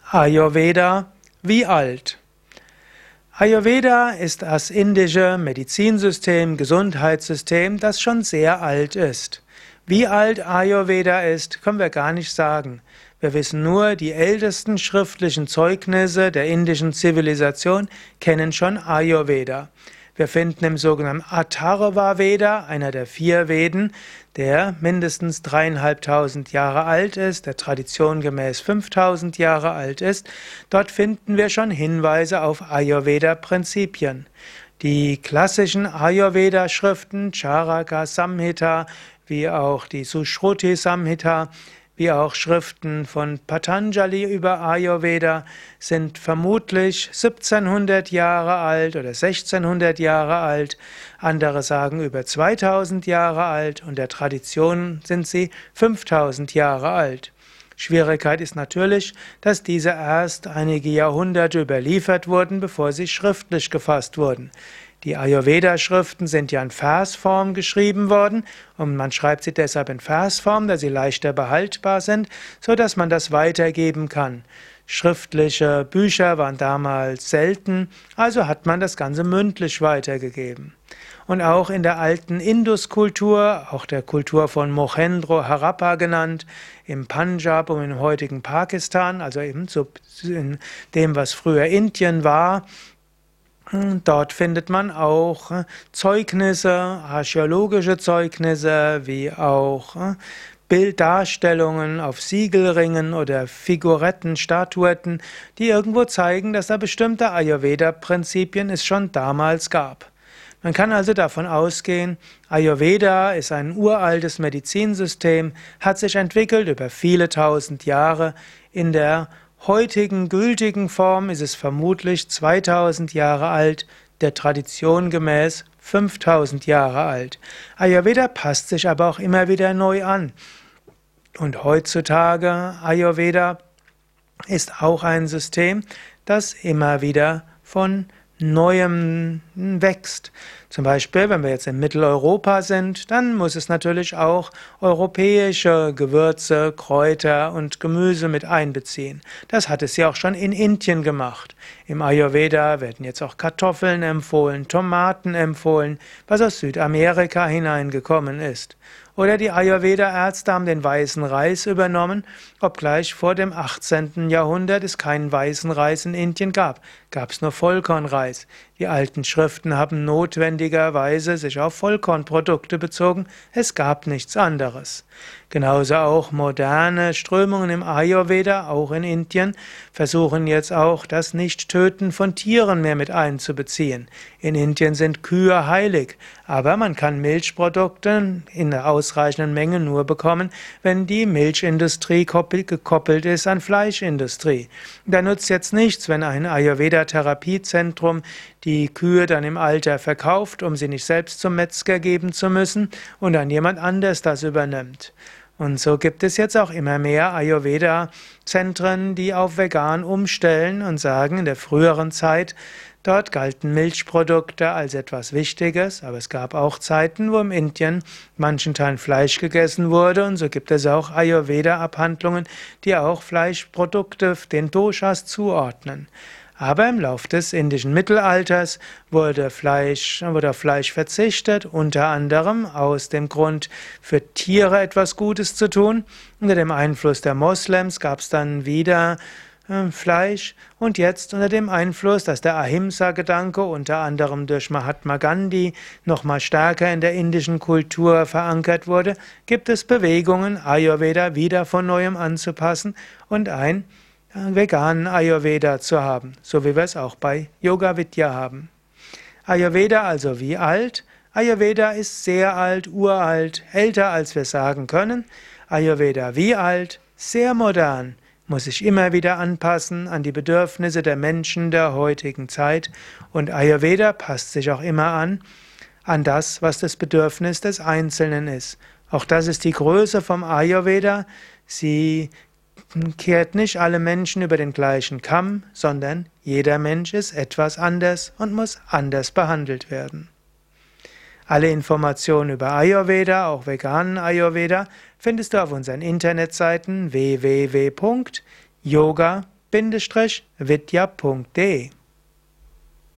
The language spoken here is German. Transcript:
Ayurveda, wie alt? Ayurveda ist das indische Medizinsystem, Gesundheitssystem, das schon sehr alt ist. Wie alt Ayurveda ist, können wir gar nicht sagen. Wir wissen nur, die ältesten schriftlichen Zeugnisse der indischen Zivilisation kennen schon Ayurveda. Wir finden im sogenannten Atharva Veda, einer der 4 Veden, der mindestens 3.500 Jahre alt ist, der Tradition gemäß 5.000 Jahre alt ist. Dort finden wir schon Hinweise auf Ayurveda-Prinzipien. Die klassischen Ayurveda-Schriften, Charaka Samhita, wie auch die Sushruti Samhita, wie auch Schriften von Patanjali über Ayurveda sind vermutlich 1700 Jahre alt oder 1600 Jahre alt. Andere sagen über 2000 Jahre alt und der Tradition sind sie 5000 Jahre alt. Schwierigkeit ist natürlich, dass diese erst einige Jahrhunderte überliefert wurden, bevor sie schriftlich gefasst wurden. Die Ayurveda-Schriften sind ja in Versform geschrieben worden und man schreibt sie deshalb in Versform, da sie leichter behaltbar sind, so dass man das weitergeben kann. Schriftliche Bücher waren damals selten, also hat man das Ganze mündlich weitergegeben. Und auch in der alten Indus-Kultur, auch der Kultur von Mohenjo-Harappa genannt, im Punjab und im heutigen Pakistan, also eben in dem, was früher Indien war, dort findet man auch Zeugnisse, archäologische Zeugnisse, wie auch Bilddarstellungen auf Siegelringen oder Figuretten, Statuetten, die irgendwo zeigen, dass da bestimmte Ayurveda-Prinzipien es schon damals gab. Man kann also davon ausgehen, Ayurveda ist ein uraltes Medizinsystem, hat sich entwickelt über viele tausend Jahre. In der heutigen gültigen Form ist es vermutlich 2000 Jahre alt, der Tradition gemäß 5000 Jahre alt. Ayurveda passt sich aber auch immer wieder neu an. Und heutzutage Ayurveda ist auch ein System, das immer wieder von Neuem wächst. Zum Beispiel, wenn wir jetzt in Mitteleuropa sind, dann muss es natürlich auch europäische Gewürze, Kräuter und Gemüse mit einbeziehen. Das hat es ja auch schon in Indien gemacht. Im Ayurveda werden jetzt auch Kartoffeln empfohlen, Tomaten empfohlen, was aus Südamerika hineingekommen ist. Oder die Ayurveda-Ärzte haben den weißen Reis übernommen, obgleich vor dem 18. Jahrhundert es keinen weißen Reis in Indien gab. Gab es nur Vollkornreis. Die alten Schriften haben notwendigerweise sich auf Vollkornprodukte bezogen. Es gab nichts anderes. Genauso auch moderne Strömungen im Ayurveda, auch in Indien, versuchen jetzt auch das Nichttöten von Tieren mehr mit einzubeziehen. In Indien sind Kühe heilig, aber man kann Milchprodukte in einer ausreichenden Menge nur bekommen, wenn die Milchindustrie gekoppelt ist an Fleischindustrie. Da nutzt jetzt nichts, wenn ein Ayurveda-Therapiezentrum die Kühe dann im Alter verkauft, um sie nicht selbst zum Metzger geben zu müssen und dann jemand anders das übernimmt. Und so gibt es jetzt auch immer mehr Ayurveda-Zentren, die auf vegan umstellen und sagen, in der früheren Zeit, dort galten Milchprodukte als etwas Wichtiges, aber es gab auch Zeiten, wo in Indien manchen Teilen Fleisch gegessen wurde und so gibt es auch Ayurveda-Abhandlungen, die auch Fleischprodukte den Doshas zuordnen. Aber im Lauf des indischen Mittelalters wurde auf Fleisch verzichtet, unter anderem aus dem Grund, für Tiere etwas Gutes zu tun. Unter dem Einfluss der Moslems gab es dann wieder Fleisch und jetzt unter dem Einfluss, dass der Ahimsa-Gedanke unter anderem durch Mahatma Gandhi nochmal stärker in der indischen Kultur verankert wurde, gibt es Bewegungen, Ayurveda wieder von neuem anzupassen und ein veganen Ayurveda zu haben, so wie wir es auch bei Yoga Vidya haben. Ayurveda also wie alt? Ayurveda ist sehr alt, uralt, älter als wir sagen können. Ayurveda wie alt? Sehr modern, muss sich immer wieder anpassen an die Bedürfnisse der Menschen der heutigen Zeit und Ayurveda passt sich auch immer an das, was das Bedürfnis des Einzelnen ist. Auch das ist die Größe vom Ayurveda. Sie kehrt nicht alle Menschen über den gleichen Kamm, sondern jeder Mensch ist etwas anders und muss anders behandelt werden. Alle Informationen über Ayurveda, auch veganen Ayurveda, findest du auf unseren Internetseiten www.yoga-vidya.de yoga-vidya.de